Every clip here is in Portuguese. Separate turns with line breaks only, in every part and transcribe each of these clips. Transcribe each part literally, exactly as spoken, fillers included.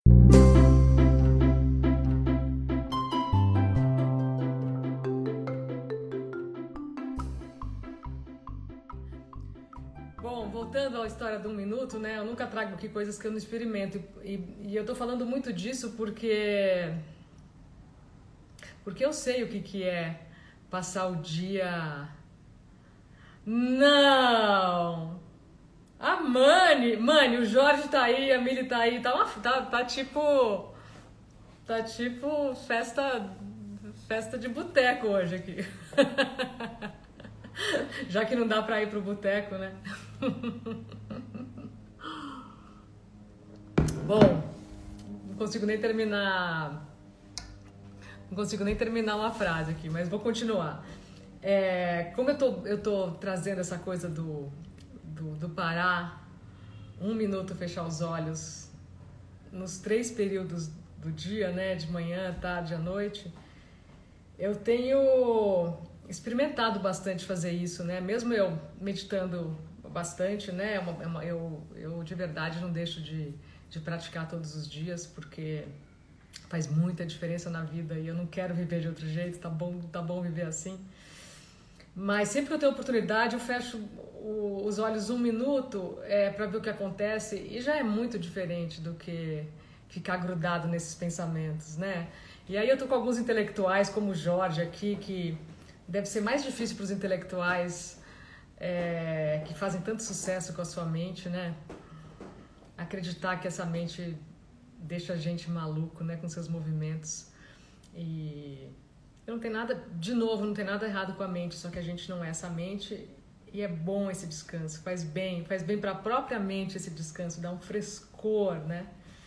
Bom, voltando à história de um minuto, né? Eu nunca trago aqui coisas que eu não experimento. E, e eu tô falando muito disso porque... Porque eu sei o que, que é passar o dia... Não! A Mani! Mani, o Jorge tá aí, a Mili tá aí. Tá, uma, tá, tá tipo... Tá tipo festa... Festa de boteco hoje aqui. Já que não dá pra ir pro boteco, né? Bom, não consigo nem terminar. Não consigo nem terminar uma frase aqui, mas vou continuar. É, como eu tô, eu tô trazendo essa coisa do, do, do parar, um minuto fechar os olhos, nos três períodos do dia, né? De manhã, tarde, à noite, eu tenho experimentado bastante fazer isso, né? Mesmo eu meditando bastante, né? É uma, é uma, eu, eu de verdade não deixo de, de praticar todos os dias, porque faz muita diferença na vida e eu não quero viver de outro jeito, tá bom, tá bom viver assim. Mas sempre que eu tenho oportunidade, eu fecho o, os olhos um minuto é, para ver o que acontece, e já é muito diferente do que ficar grudado nesses pensamentos, né? E aí eu tô com alguns intelectuais, como o Jorge aqui, que deve ser mais difícil para os intelectuais é, que fazem tanto sucesso com a sua mente, né? Acreditar que essa mente deixa a gente maluco, né? Com seus movimentos. E não tem nada, de novo, não tem nada errado com a mente, só que a gente não é essa mente, e é bom esse descanso, faz bem, faz bem para a própria mente esse descanso, dá um frescor, né?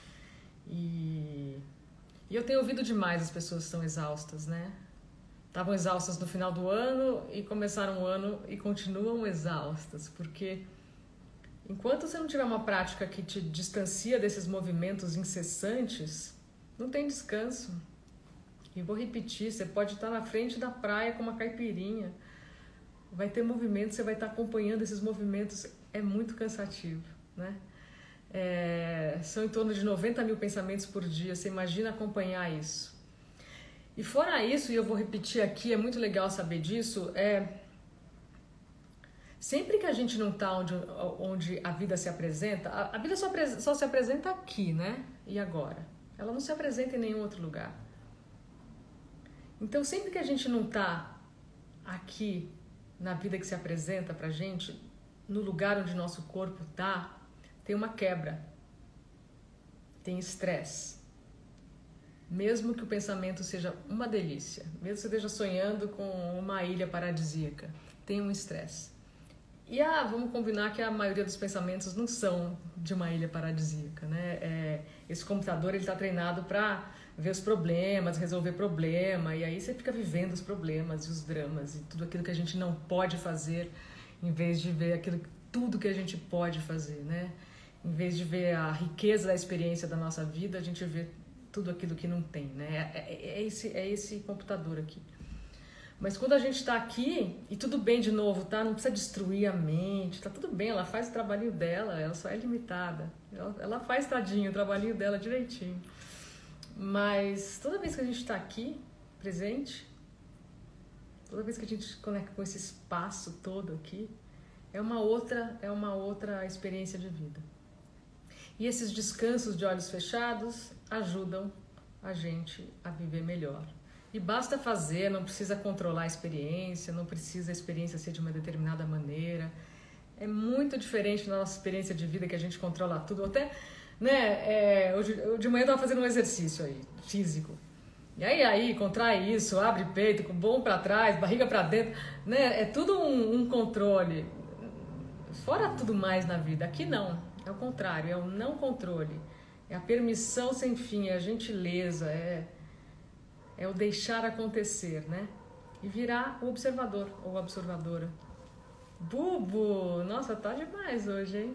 E, e eu tenho ouvido demais as pessoas que estão exaustas, né? Estavam exaustas no final do ano e começaram o ano e continuam exaustas, porque enquanto você não tiver uma prática que te distancia desses movimentos incessantes, não tem descanso. E vou repetir, você pode estar na frente da praia com uma caipirinha, vai ter movimento, você vai estar acompanhando esses movimentos, é muito cansativo, né? É, são em torno de noventa mil pensamentos por dia, você imagina acompanhar isso. E fora isso, e eu vou repetir aqui, é muito legal saber disso, é... Sempre que a gente não está onde, onde a vida se apresenta, a, a vida só, só se apresenta aqui, né? E agora? Ela não se apresenta em nenhum outro lugar. Então, sempre que a gente não está aqui, na vida que se apresenta pra gente, no lugar onde nosso corpo está, tem uma quebra, tem estresse. Mesmo que o pensamento seja uma delícia, mesmo que você esteja sonhando com uma ilha paradisíaca, tem um estresse. E ah, vamos combinar que a maioria dos pensamentos não são de uma ilha paradisíaca, né? É, esse computador ele está treinado para ver os problemas, resolver problema, e aí você fica vivendo os problemas e os dramas e tudo aquilo que a gente não pode fazer, em vez de ver aquilo, tudo que a gente pode fazer, né? Em vez de ver a riqueza da experiência da nossa vida, a gente vê tudo aquilo que não tem, né? É, é, é, esse, é esse computador aqui. Mas quando a gente está aqui, e tudo bem de novo, tá? Não precisa destruir a mente, tá tudo bem, ela faz o trabalhinho dela, ela só é limitada. Ela, ela faz, tadinho, o trabalhinho dela direitinho. Mas toda vez que a gente está aqui, presente, toda vez que a gente se conecta com esse espaço todo aqui, é uma outra, é uma outra experiência de vida. E esses descansos de olhos fechados ajudam a gente a viver melhor. E basta fazer, não precisa controlar a experiência, não precisa a experiência ser de uma determinada maneira. É muito diferente da nossa experiência de vida, que a gente controla tudo. Até, né, é, hoje, de manhã eu estava fazendo um exercício aí, físico. E aí, aí, contrai isso, abre peito, com bom para trás, barriga para dentro, né? É tudo um, um controle. Fora tudo mais na vida, aqui não. É o contrário, é o não controle. É a permissão sem fim, é a gentileza, é... É o deixar acontecer, né? E virar o observador ou observadora. Bubu! Nossa, tá demais hoje, hein?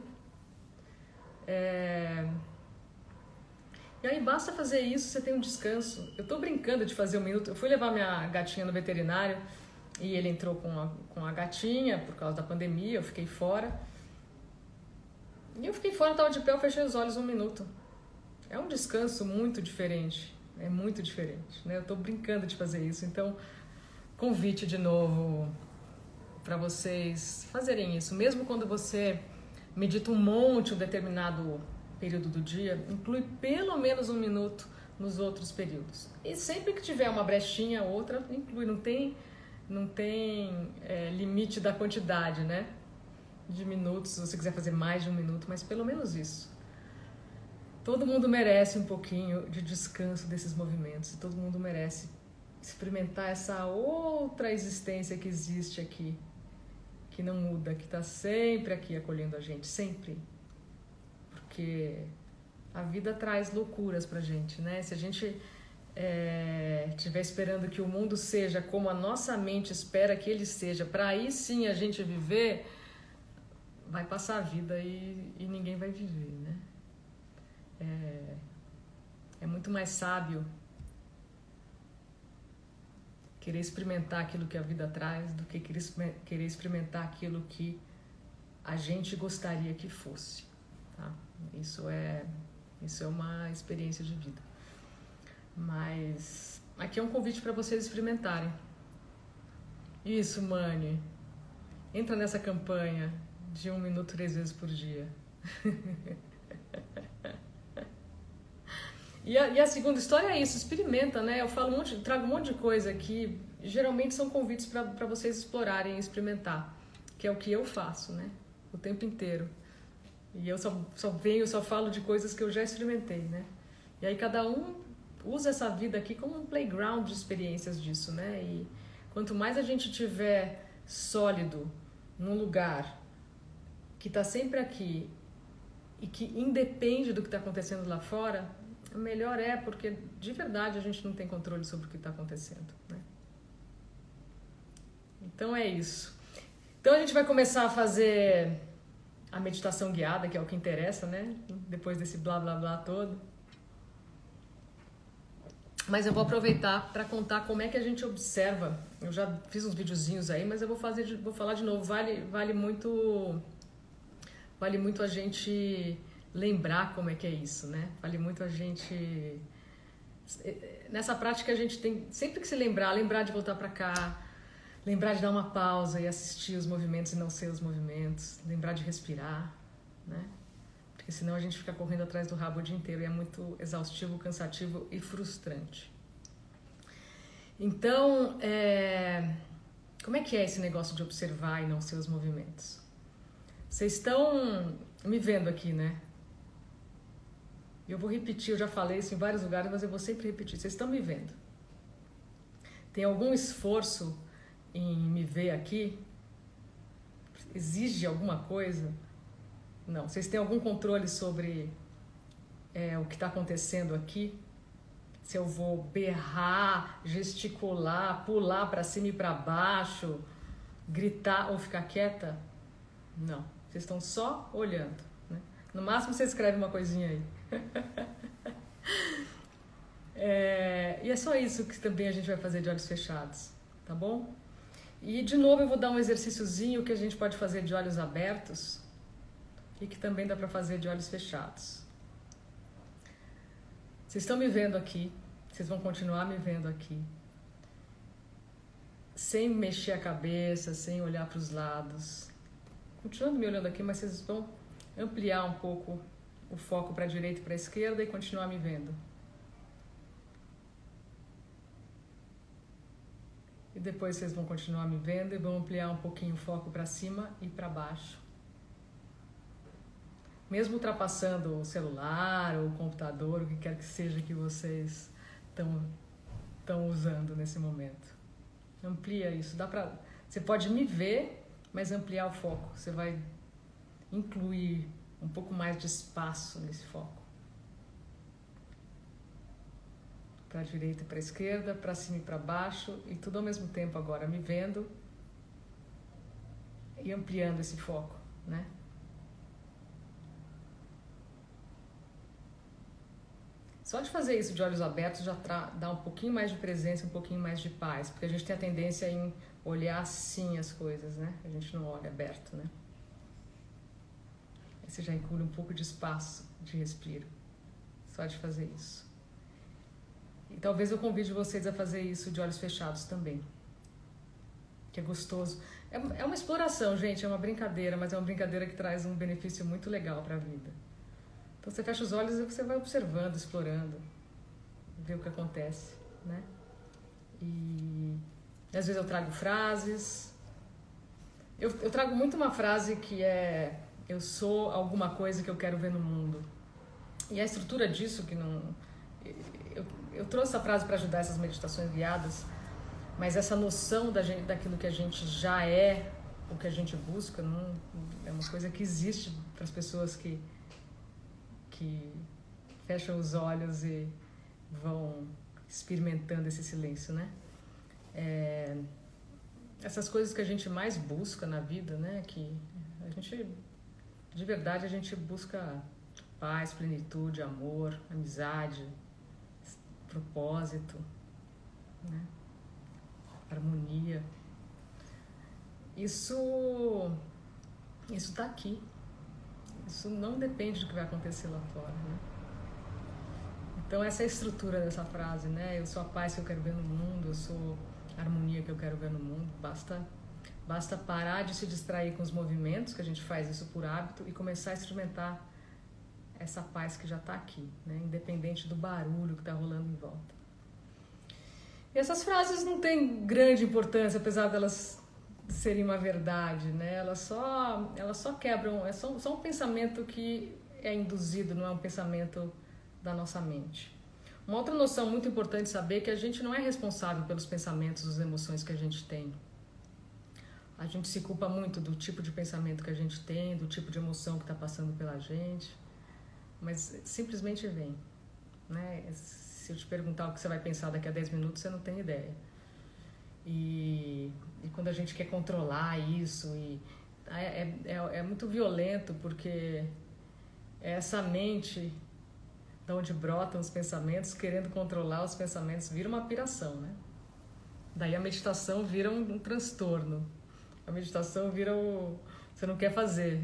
É... E aí basta fazer isso, você tem um descanso. Eu tô brincando de fazer um minuto. Eu fui levar minha gatinha no veterinário e ele entrou com a, com a gatinha por causa da pandemia, eu fiquei fora. E eu fiquei fora, tava de pé, eu fechei os olhos um minuto. é um descanso muito diferente, é muito diferente, né? Eu estou brincando de fazer isso, então convite de novo para vocês fazerem isso, mesmo quando você medita um monte um determinado período do dia, inclui pelo menos um minuto nos outros períodos. E sempre que tiver uma brechinha, outra, inclui, não tem, não tem é, limite da quantidade, né? De minutos, se você quiser fazer mais de um minuto, mas pelo menos isso. Todo mundo merece um pouquinho de descanso desses movimentos, e todo mundo merece experimentar essa outra existência que existe aqui, que não muda, que está sempre aqui acolhendo a gente, sempre. Porque a vida traz loucuras pra gente, né? Se a gente estiver é, esperando que o mundo seja como a nossa mente espera que ele seja, para aí sim a gente viver, vai passar a vida e, e ninguém vai viver, né? É, é muito mais sábio querer experimentar aquilo que a vida traz do que querer experimentar aquilo que a gente gostaria que fosse, tá? Isso é, isso é uma experiência de vida. Mas aqui é um convite para vocês experimentarem. Isso, Mani. Entra nessa campanha de um minuto três vezes por dia. E a, e a segunda história é isso, experimenta, né? Eu falo um monte, trago um monte de coisa aqui, geralmente são convites para vocês explorarem e experimentar, que é o que eu faço, né? O tempo inteiro. E eu só, só venho, só falo de coisas que eu já experimentei, né? E aí cada um usa essa vida aqui como um playground de experiências disso, né? E quanto mais a gente tiver sólido num lugar que está sempre aqui e que independe do que está acontecendo lá fora, melhor é, porque de verdade a gente não tem controle sobre o que está acontecendo, né? Então é isso. Então a gente vai começar a fazer a meditação guiada, que é o que interessa, né? Depois desse blá blá blá todo. Mas eu vou aproveitar para contar como é que a gente observa. Eu já fiz uns videozinhos aí, mas eu vou fazer, vou falar de novo. Vale, vale muito, vale muito a gente lembrar como é que é isso, né? Vale muito a gente... Nessa prática a gente tem sempre que se lembrar, lembrar de voltar para cá, lembrar de dar uma pausa e assistir os movimentos e não ser os movimentos, lembrar de respirar, né? Porque senão a gente fica correndo atrás do rabo o dia inteiro e é muito exaustivo, cansativo e frustrante. Então, é... como é que é esse negócio de observar e não ser os movimentos? Vocês estão me vendo aqui, né? Eu vou repetir, eu já falei isso em vários lugares, mas eu vou sempre repetir. Vocês estão me vendo? Tem algum esforço em me ver aqui? Exige alguma coisa? Não. Vocês têm algum controle sobre é, o que está acontecendo aqui? Se eu vou berrar, gesticular, pular para cima e para baixo, gritar ou ficar quieta? Não. Vocês estão só olhando, né? No máximo você escreve uma coisinha aí. É, e é só isso que também a gente vai fazer de olhos fechados, tá bom? E de novo eu vou dar um exercíciozinho que a gente pode fazer de olhos abertos e que também dá para fazer de olhos fechados. Vocês estão me vendo aqui, vocês vão continuar me vendo aqui, sem mexer a cabeça, sem olhar para os lados, continuando me olhando aqui, mas vocês vão ampliar um pouco o foco para a direita e para a esquerda e continuar me vendo. E depois vocês vão continuar me vendo e vão ampliar um pouquinho o foco para cima e para baixo. Mesmo ultrapassando o celular ou o computador, o que quer que seja que vocês estão usando nesse momento. Amplia isso. Dá pra, você pode me ver, mas ampliar o foco. Você vai incluir um pouco mais de espaço nesse foco. Para a direita e para a esquerda, para cima e para baixo, e tudo ao mesmo tempo agora, me vendo e ampliando esse foco, né? Só de fazer isso de olhos abertos já dá um pouquinho mais de presença, um pouquinho mais de paz, porque a gente tem a tendência em olhar assim as coisas, né? A gente não olha aberto, né? Aí você já inclui um pouco de espaço de respiro. só de fazer isso. E talvez eu convide vocês a fazer isso de olhos fechados também, que é gostoso. É, é uma exploração, gente, é uma brincadeira, mas é uma brincadeira que traz um benefício muito legal para a vida. Então você fecha os olhos e você vai observando, explorando, ver o que acontece, né? E às vezes eu trago frases. Eu, eu trago muito uma frase que é: eu sou alguma coisa que eu quero ver no mundo. E a estrutura disso, que não... Eu, eu trouxe essa frase para ajudar essas meditações guiadas, mas essa noção da gente, daquilo que a gente já é, o que a gente busca, não, é uma coisa que existe para as pessoas que, que fecham os olhos e vão experimentando esse silêncio, né? É, essas coisas que a gente mais busca na vida, né? Que a gente, de verdade, a gente busca paz, plenitude, amor, amizade, propósito, né? Harmonia. Isso, isso tá aqui. Isso não depende do que vai acontecer lá fora, né? Então essa é a estrutura dessa frase, né? Eu sou a paz que eu quero ver no mundo, eu sou a harmonia que eu quero ver no mundo. Basta, basta parar de se distrair com os movimentos, que a gente faz isso por hábito, e começar a experimentar essa paz que já está aqui, né? Independente do barulho que está rolando em volta. E essas frases não têm grande importância, apesar delas serem uma verdade, né? Elas só, elas só quebram, é só, só um pensamento que é induzido, não é um pensamento da nossa mente. Uma outra noção muito importante saber é que a gente não é responsável pelos pensamentos, as emoções que a gente tem. A gente se culpa muito do tipo de pensamento que a gente tem, do tipo de emoção que está passando pela gente, mas simplesmente vem, né? Se eu te perguntar o que você vai pensar daqui a dez minutos, você não tem ideia. E, e quando a gente quer controlar isso, e é, é, é muito violento, porque é essa mente de onde brotam os pensamentos, querendo controlar os pensamentos, vira uma piração, né? Daí a meditação vira um, um transtorno. A meditação vira o... você não quer fazer.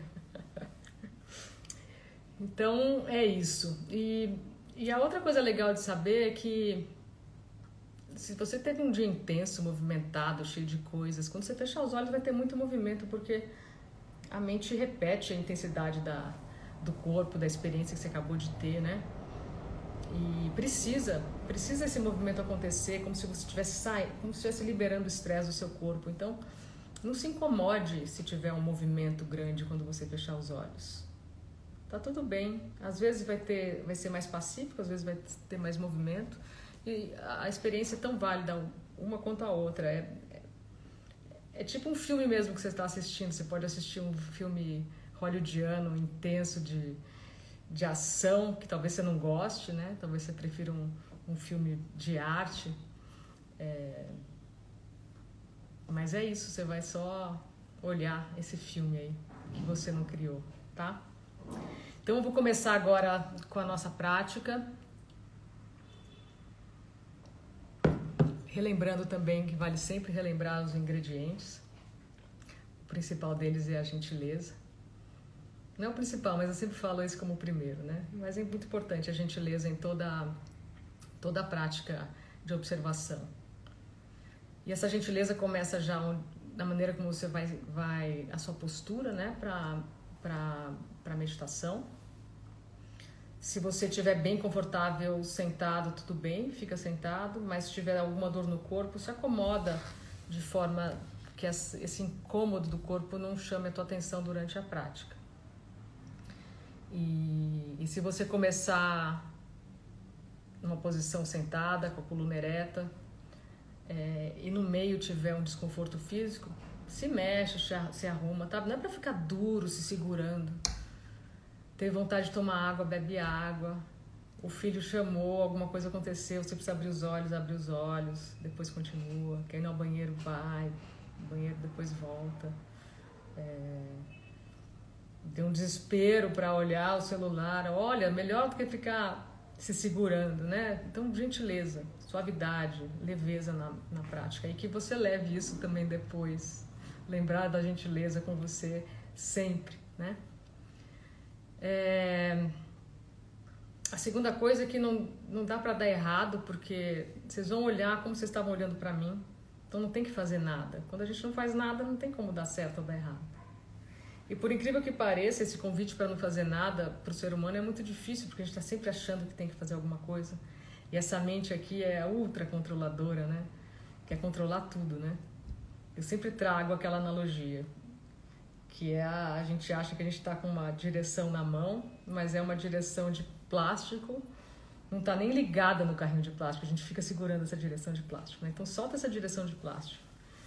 Então, é isso. E, e a outra coisa legal de saber é que se você teve um dia intenso, movimentado, cheio de coisas, quando você fechar os olhos vai ter muito movimento, porque a mente repete a intensidade da, do corpo, da experiência que você acabou de ter, né? E precisa, precisa esse movimento acontecer, como se você estivesse saindo, como se estivesse liberando o estresse do seu corpo. Então, não se incomode se tiver um movimento grande quando você fechar os olhos. Tá tudo bem. Às vezes vai ter, vai ser mais pacífico, às vezes vai ter mais movimento. E a experiência é tão válida uma quanto a outra. É, é, é tipo um filme mesmo que você está assistindo. Você pode assistir um filme hollywoodiano, intenso, de, de ação, que talvez você não goste, né? Talvez você prefira um, um filme de arte. É... Mas é isso, você vai só olhar esse filme aí que você não criou, tá? Então eu vou começar agora com a nossa prática. Relembrando também que vale sempre relembrar os ingredientes. O principal deles é a gentileza. Não é o principal, mas eu sempre falo isso como o primeiro, né? Mas é muito importante a gentileza em toda, toda a prática de observação. E essa gentileza começa já da maneira como você vai, vai a sua postura, né? Para para meditação. Se você estiver bem confortável sentado, tudo bem, fica sentado, mas se tiver alguma dor no corpo, se acomoda de forma que esse incômodo do corpo não chame a tua atenção durante a prática. E, e se você começar numa posição sentada, com a coluna ereta, é, e no meio tiver um desconforto físico, se mexe, se arruma, tá? Não é para ficar duro, se segurando. Tem vontade de tomar água, bebe água. O filho chamou, alguma coisa aconteceu, você precisa abrir os olhos, abre os olhos, depois continua. Quer ir ao banheiro, vai. O banheiro depois volta. É... Tem um desespero para olhar o celular. Olha, melhor do que ficar se segurando, né? Então, gentileza, suavidade, leveza na, na prática. E que você leve isso também depois. Lembrar da gentileza com você sempre, né? É... A segunda coisa é que não, não dá para dar errado, porque vocês vão olhar como vocês estavam olhando para mim. Então não tem que fazer nada. Quando a gente não faz nada, não tem como dar certo ou dar errado. E por incrível que pareça, esse convite para não fazer nada para o ser humano é muito difícil, porque a gente está sempre achando que tem que fazer alguma coisa. E essa mente aqui é ultra controladora, né? Quer controlar tudo, né? Eu sempre trago aquela analogia, que é a, a gente acha que a gente está com uma direção na mão, mas é uma direção de plástico, não está nem ligada no carrinho de plástico, a gente fica segurando essa direção de plástico, né? Então solta essa direção de plástico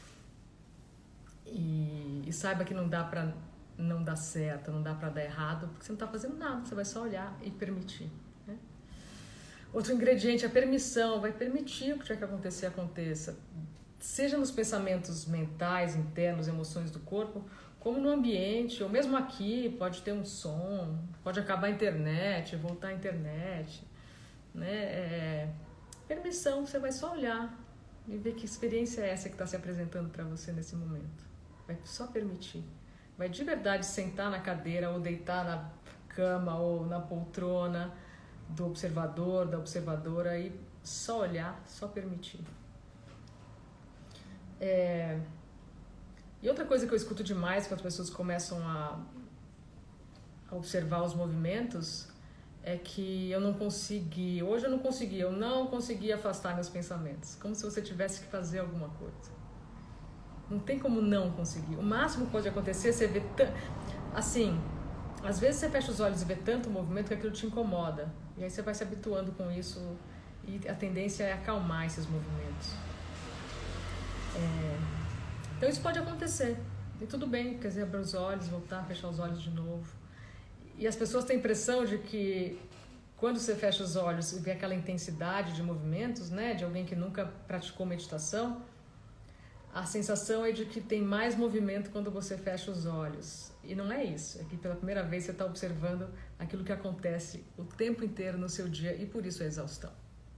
e, e saiba que não dá para não dar certo, não dá para dar errado, porque você não está fazendo nada, você vai só olhar e permitir, né? Outro ingrediente é a permissão, vai permitir o que tiver que acontecer, aconteça, seja nos pensamentos mentais, internos, emoções do corpo, como no ambiente, ou mesmo aqui, pode ter um som, pode acabar a internet, voltar a internet, né? É, permissão, você vai só olhar e ver que experiência é essa que está se apresentando para você nesse momento. Vai só permitir. Vai de verdade sentar na cadeira ou deitar na cama ou na poltrona do observador, da observadora e só olhar, só permitir. É... E outra coisa que eu escuto demais quando as pessoas começam a, a observar os movimentos é que eu não consegui, hoje eu não consegui, eu não consegui afastar meus pensamentos, como se você tivesse que fazer alguma coisa. Não tem como não conseguir. O máximo que pode acontecer é você ver, t- assim, às vezes você fecha os olhos e vê tanto movimento que aquilo te incomoda, e aí você vai se habituando com isso e a tendência é acalmar esses movimentos. É... Então isso pode acontecer, e tudo bem, quer dizer, abrir os olhos, voltar, fechar os olhos de novo. E as pessoas têm a impressão de que quando você fecha os olhos e vê aquela intensidade de movimentos, né, de alguém que nunca praticou meditação, a sensação é de que tem mais movimento quando você fecha os olhos. E não é isso, é que pela primeira vez você está observando aquilo que acontece o tempo inteiro no seu dia e por isso a exaustão.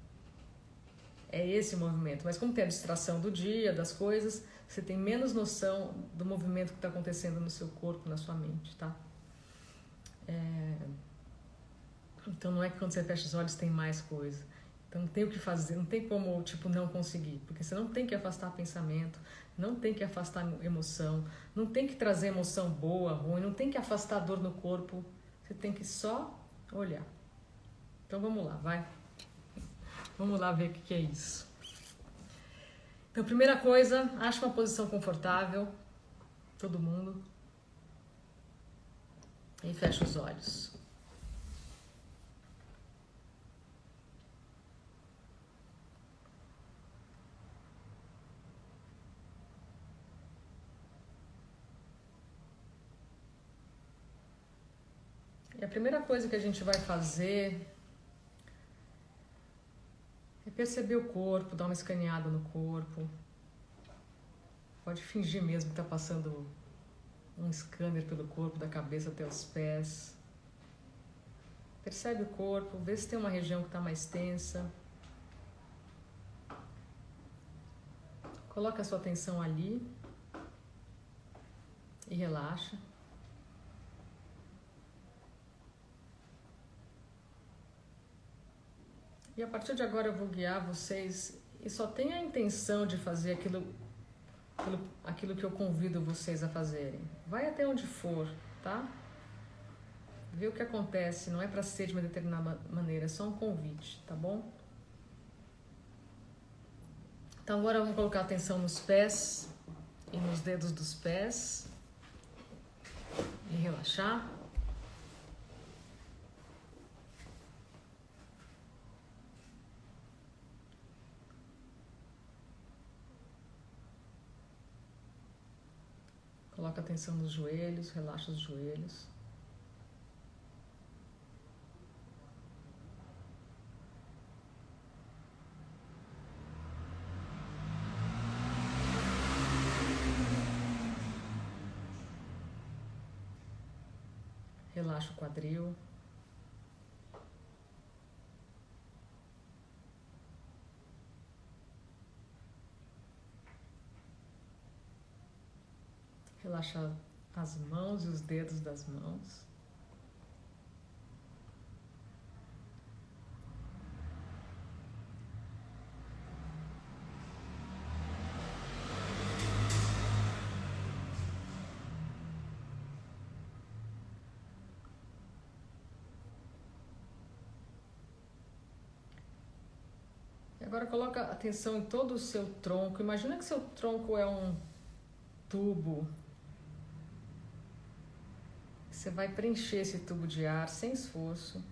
É esse movimento, mas como tem a distração do dia, das coisas, você tem menos noção do movimento que está acontecendo no seu corpo, na sua mente, tá? É... Então não é que quando você fecha os olhos tem mais coisa. Então não tem o que fazer, não tem como, tipo, não conseguir. Porque você não tem que afastar pensamento, não tem que afastar emoção, não tem que trazer emoção boa, ruim, não tem que afastar dor no corpo. Você tem que só olhar. Então vamos lá, vai. Vamos lá ver o que é isso. Então, primeira coisa, acha uma posição confortável, todo mundo, e fecha os olhos. E a primeira coisa que a gente vai fazer é perceber o corpo, dar uma escaneada no corpo. Pode fingir mesmo que está passando um scanner pelo corpo, da cabeça até os pés. Percebe o corpo, vê se tem uma região que está mais tensa. Coloca a sua atenção ali e relaxa. E a partir de agora eu vou guiar vocês e só tenha a intenção de fazer aquilo, aquilo, aquilo que eu convido vocês a fazerem. Vai até onde for, tá? Vê o que acontece, não é para ser de uma determinada maneira, é só um convite, tá bom? Então agora vamos colocar atenção nos pés e nos dedos dos pés e relaxar. Coloca atenção nos joelhos, relaxa os joelhos. Relaxa o quadril. Relaxa as mãos e os dedos das mãos. Agora coloca atenção em todo o seu tronco. Imagina que seu tronco é um tubo. Você vai preencher esse tubo de ar sem esforço.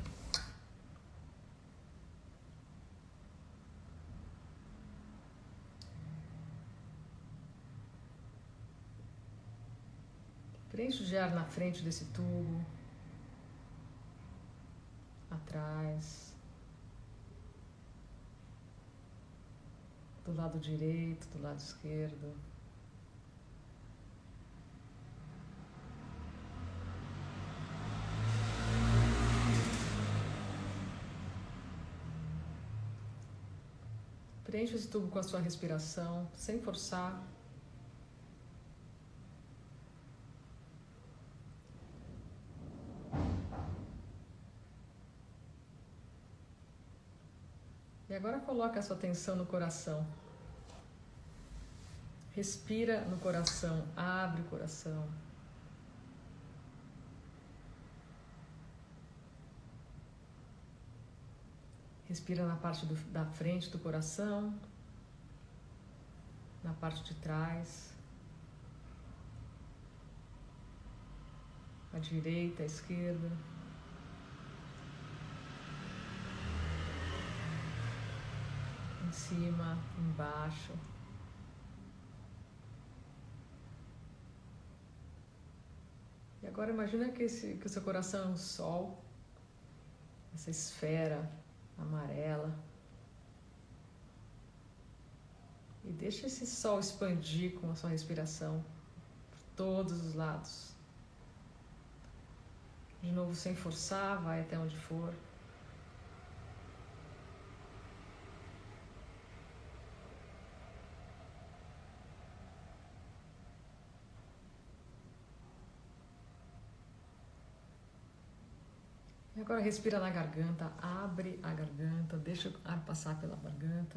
Preenche de ar na frente desse tubo, atrás, do lado direito, do lado esquerdo. Preenche esse tubo com a sua respiração, sem forçar. E agora coloca a sua atenção no coração. Respira no coração, abre o coração. Respira na parte do, da frente do coração, na parte de trás, à direita, à esquerda. Em cima, embaixo. E agora imagina que, esse, que o seu coração é um sol, essa esfera amarela. E deixa esse sol expandir com a sua respiração por todos os lados. De novo, sem forçar, vai até onde for. E agora respira na garganta, abre a garganta, deixa o ar passar pela garganta.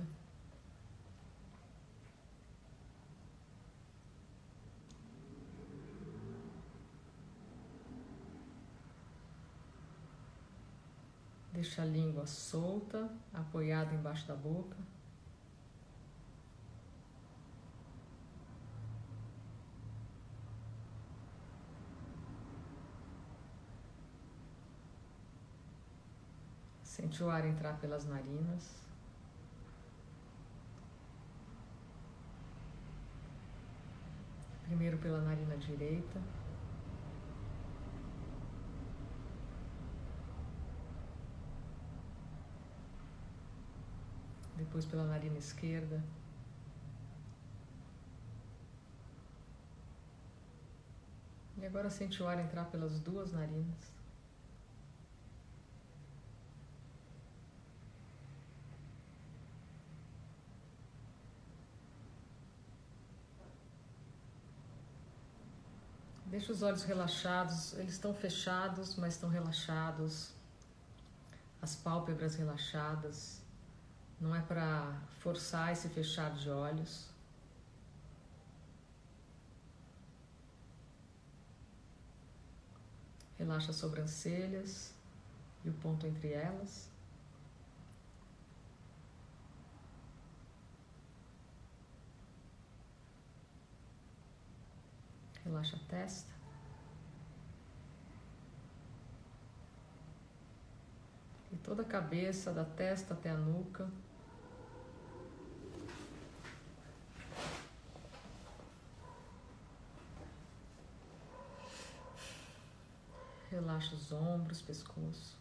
Deixa a língua solta, apoiada embaixo da boca. Sente o ar entrar pelas narinas. Primeiro pela narina direita. Depois pela narina esquerda. E agora sente o ar entrar pelas duas narinas. Deixa os olhos relaxados, eles estão fechados, mas estão relaxados. As pálpebras relaxadas. Não é para forçar esse fechar de olhos. Relaxa as sobrancelhas e o ponto entre elas. Relaxa a testa. E toda a cabeça, da testa até a nuca. Relaxa os ombros, pescoço.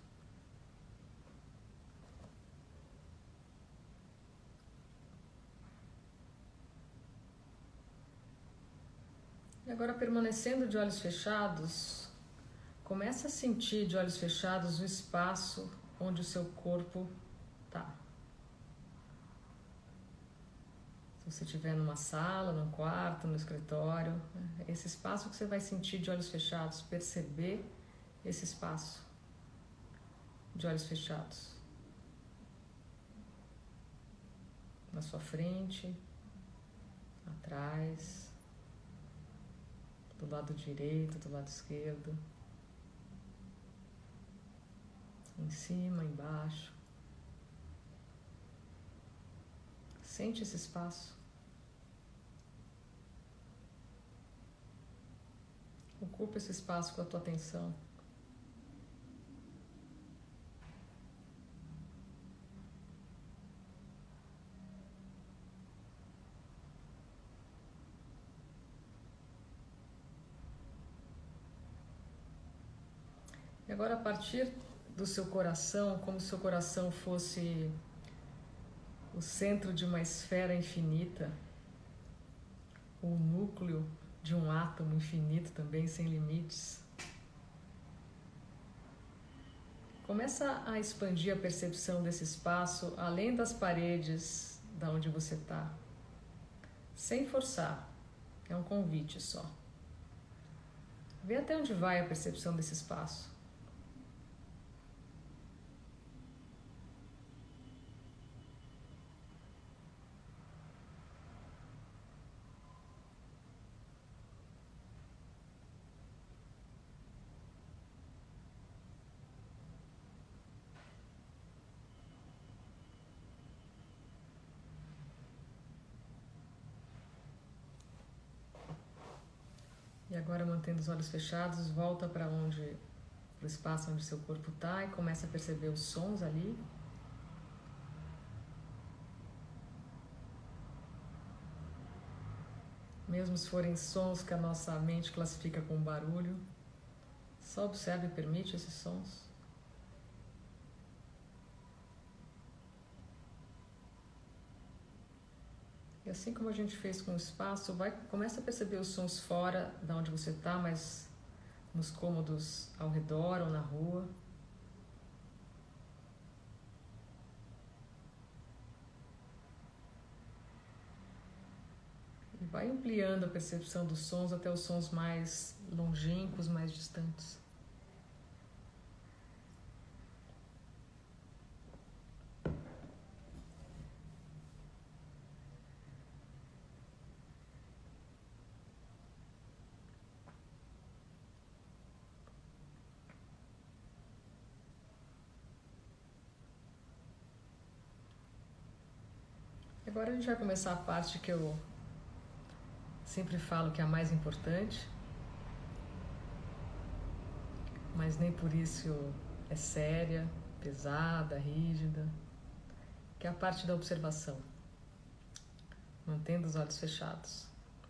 E agora, permanecendo de olhos fechados, começa a sentir de olhos fechados o espaço onde o seu corpo está. Se você estiver numa sala, num quarto, no escritório, esse espaço que você vai sentir de olhos fechados, perceber esse espaço de olhos fechados. Na sua frente, atrás, do lado direito, do lado esquerdo, em cima, embaixo. Sente esse espaço. Ocupa esse espaço com a tua atenção. E agora, a partir do seu coração, como se seu coração fosse o centro de uma esfera infinita, o núcleo de um átomo infinito também, sem limites. Começa a expandir a percepção desse espaço além das paredes da onde você está, sem forçar, é um convite só. Vê até onde vai a percepção desse espaço. E agora, mantendo os olhos fechados, volta para onde, para o espaço onde seu corpo está e começa a perceber os sons ali. Mesmo se forem sons que a nossa mente classifica como barulho, só observe e permite esses sons. E assim como a gente fez com o espaço, vai, começa a perceber os sons fora da onde você está, mas nos cômodos ao redor ou na rua. E vai ampliando a percepção dos sons até os sons mais longínquos, mais distantes. Agora a gente vai começar a parte que eu sempre falo que é a mais importante, mas nem por isso é séria, pesada, rígida, que é a parte da observação, mantendo os olhos fechados.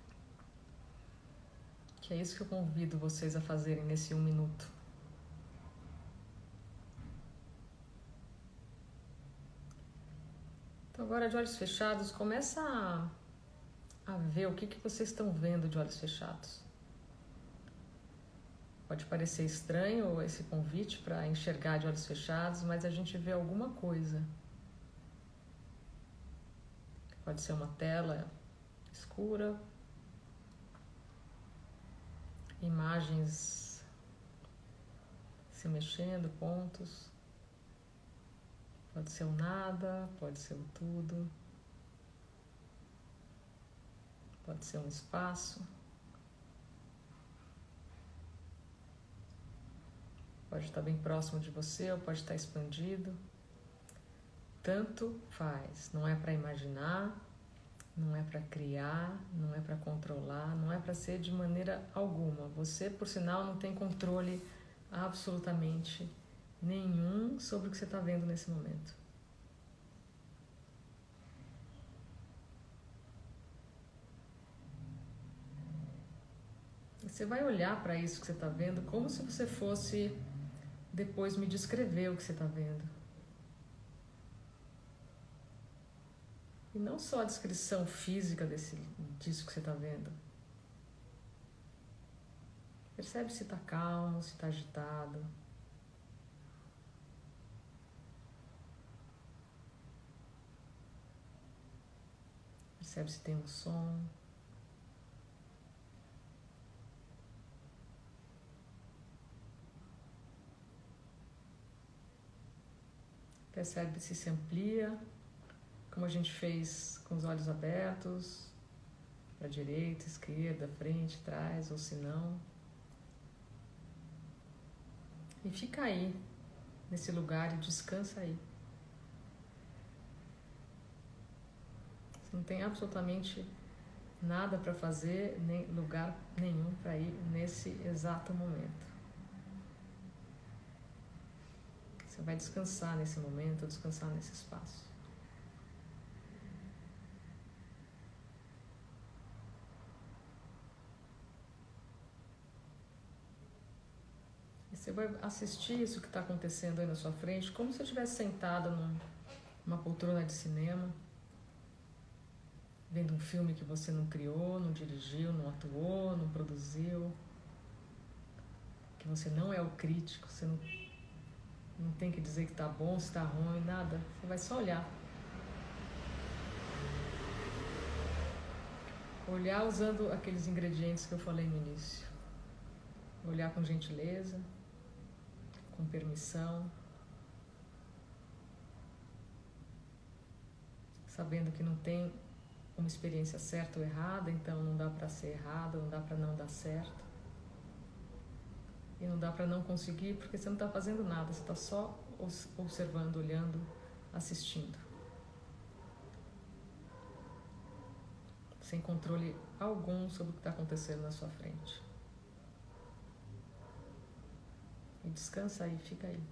Que é isso que eu convido vocês a fazerem nesse um minuto. Então agora, de olhos fechados, começa a, a ver o que, que vocês estão vendo de olhos fechados. Pode parecer estranho esse convite para enxergar de olhos fechados, mas a gente vê alguma coisa. Pode ser uma tela escura, imagens se mexendo, pontos. Pode ser o nada, pode ser o tudo. Pode ser um espaço. Pode estar bem próximo de você ou pode estar expandido. Tanto faz. Não é para imaginar, não é para criar, não é para controlar, não é para ser de maneira alguma. Você, por sinal, não tem controle absolutamente nenhum sobre o que você está vendo nesse momento. Você vai olhar para isso que você está vendo como se você fosse depois me descrever o que você está vendo. E não só a descrição física desse, disso que você está vendo. Percebe se está calmo, se está agitado. Percebe se tem um som. Percebe se se amplia, como a gente fez com os olhos abertos, para a direita, esquerda, frente, trás, ou se não. E fica aí, nesse lugar, e descansa aí. Você não tem absolutamente nada para fazer, nem lugar nenhum para ir nesse exato momento. Você vai descansar nesse momento, descansar nesse espaço. E você vai assistir isso que está acontecendo aí na sua frente, como se você estivesse sentada num, numa poltrona de cinema, vendo um filme que você não criou, não dirigiu, não atuou, não produziu, que você não é o crítico, você não, não tem que dizer que está bom, se está ruim, nada. Você vai só olhar. Olhar usando aqueles ingredientes que eu falei no início. Olhar com gentileza, com permissão, sabendo que não tem uma experiência certa ou errada, então não dá para ser errado, não dá para não dar certo. E não dá para não conseguir porque você não está fazendo nada, você está só observando, olhando, assistindo. Sem controle algum sobre o que está acontecendo na sua frente. E descansa aí, fica aí.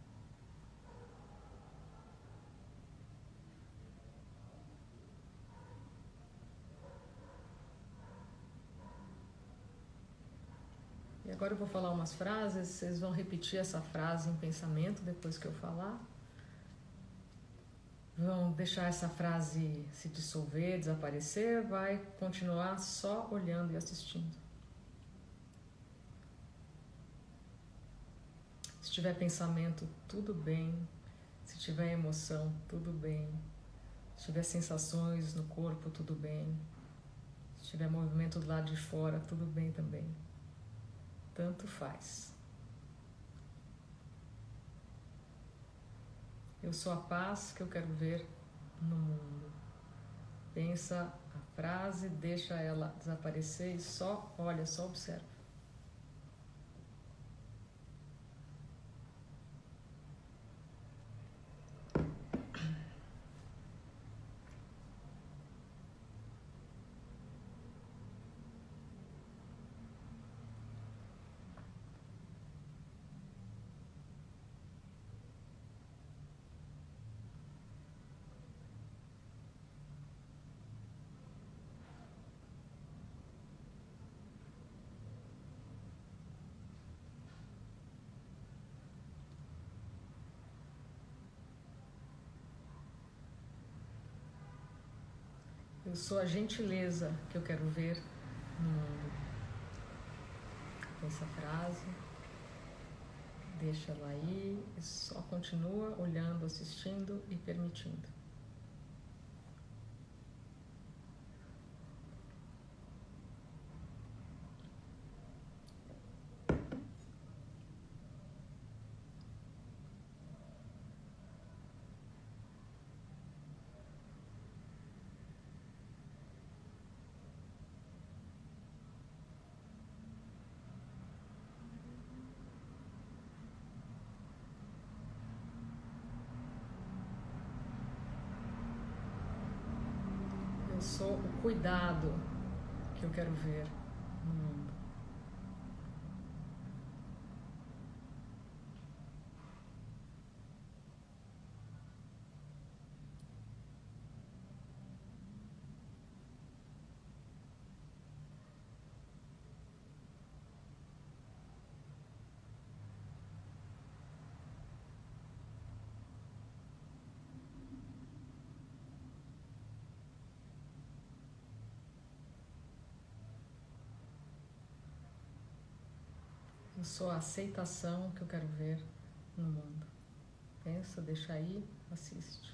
E agora eu vou falar umas frases, vocês vão repetir essa frase em pensamento depois que eu falar. Vão deixar essa frase se dissolver, desaparecer, vai continuar só olhando e assistindo. Se tiver pensamento, tudo bem. Se tiver emoção, tudo bem. Se tiver sensações no corpo, tudo bem. Se tiver movimento do lado de fora, tudo bem também. Tanto faz. Eu sou a paz que eu quero ver no mundo. Pensa a frase, deixa ela desaparecer e só olha, só observa. Eu sou a gentileza que eu quero ver no mundo. Essa frase, deixa ela aí e só continua olhando, assistindo e permitindo. Eu sou o cuidado que eu quero ver no mundo. Eu sou a aceitação que eu quero ver no mundo. Pensa, deixa aí, assiste.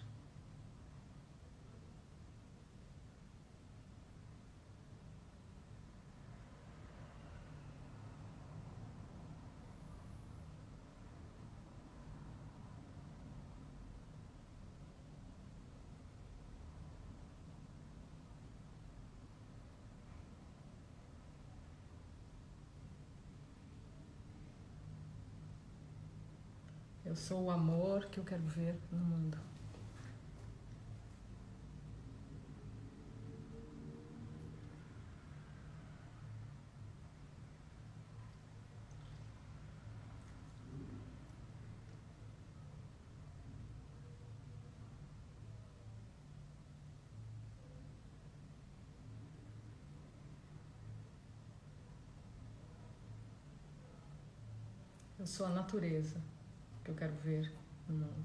Eu sou o amor que eu quero ver no mundo. Eu sou a natureza que eu quero ver no mundo.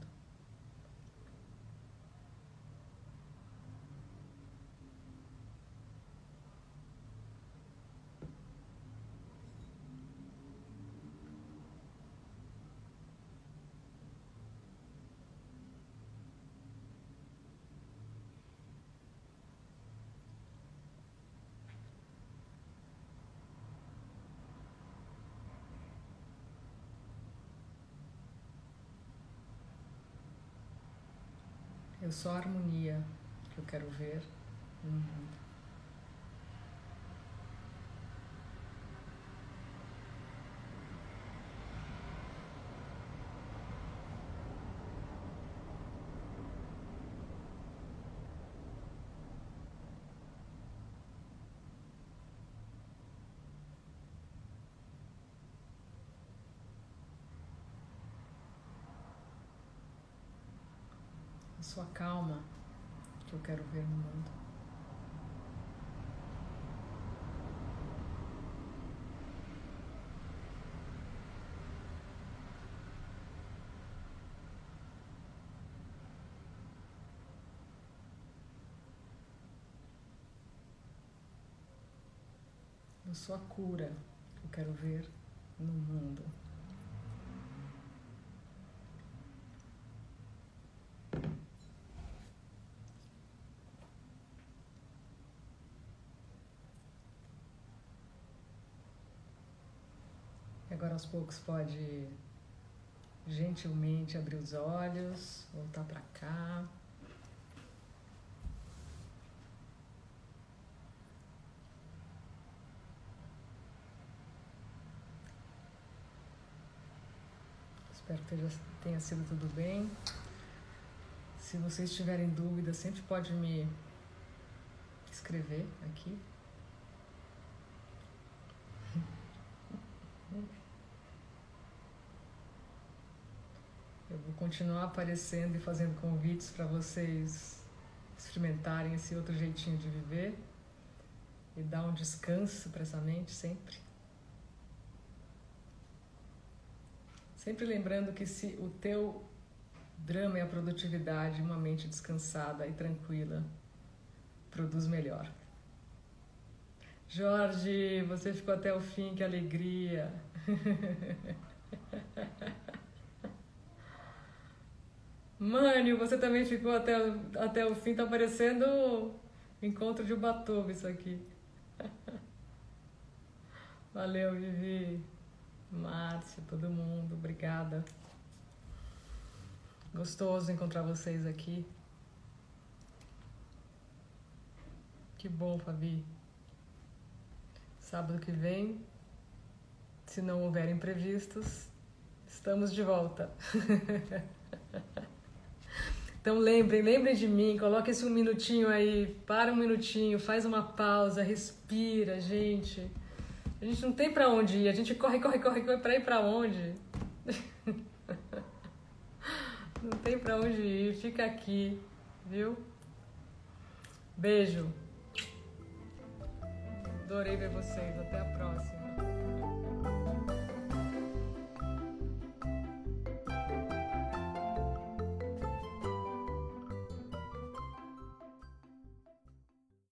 Eu sou a harmonia que eu quero ver no mundo. Eu sou a calma que eu quero ver no mundo. Eu sou a cura que eu quero ver no mundo. E agora aos poucos pode gentilmente abrir os olhos, voltar para cá. Espero que tenha sido tudo bem. Se vocês tiverem dúvida, sempre pode me escrever aqui. Eu vou continuar aparecendo e fazendo convites para vocês experimentarem esse outro jeitinho de viver e dar um descanso para essa mente sempre. Sempre lembrando que se o teu drama é a produtividade, uma mente descansada e tranquila produz melhor. Jorge, você ficou até o fim, que alegria! Mânio, você também ficou até, até o fim, tá parecendo encontro de Ubatuba isso aqui. Valeu, Vivi, Márcia, todo mundo, obrigada. Gostoso encontrar vocês aqui. Que bom, Fabi. Sábado que vem, se não houver imprevistos, estamos de volta. Então lembrem, lembrem de mim, coloque esse um minutinho aí, para um minutinho, faz uma pausa, respira, gente. A gente não tem pra onde ir, a gente corre, corre, corre, corre pra ir pra onde? Não tem pra onde ir, fica aqui, viu? Beijo. Adorei ver vocês, até a próxima.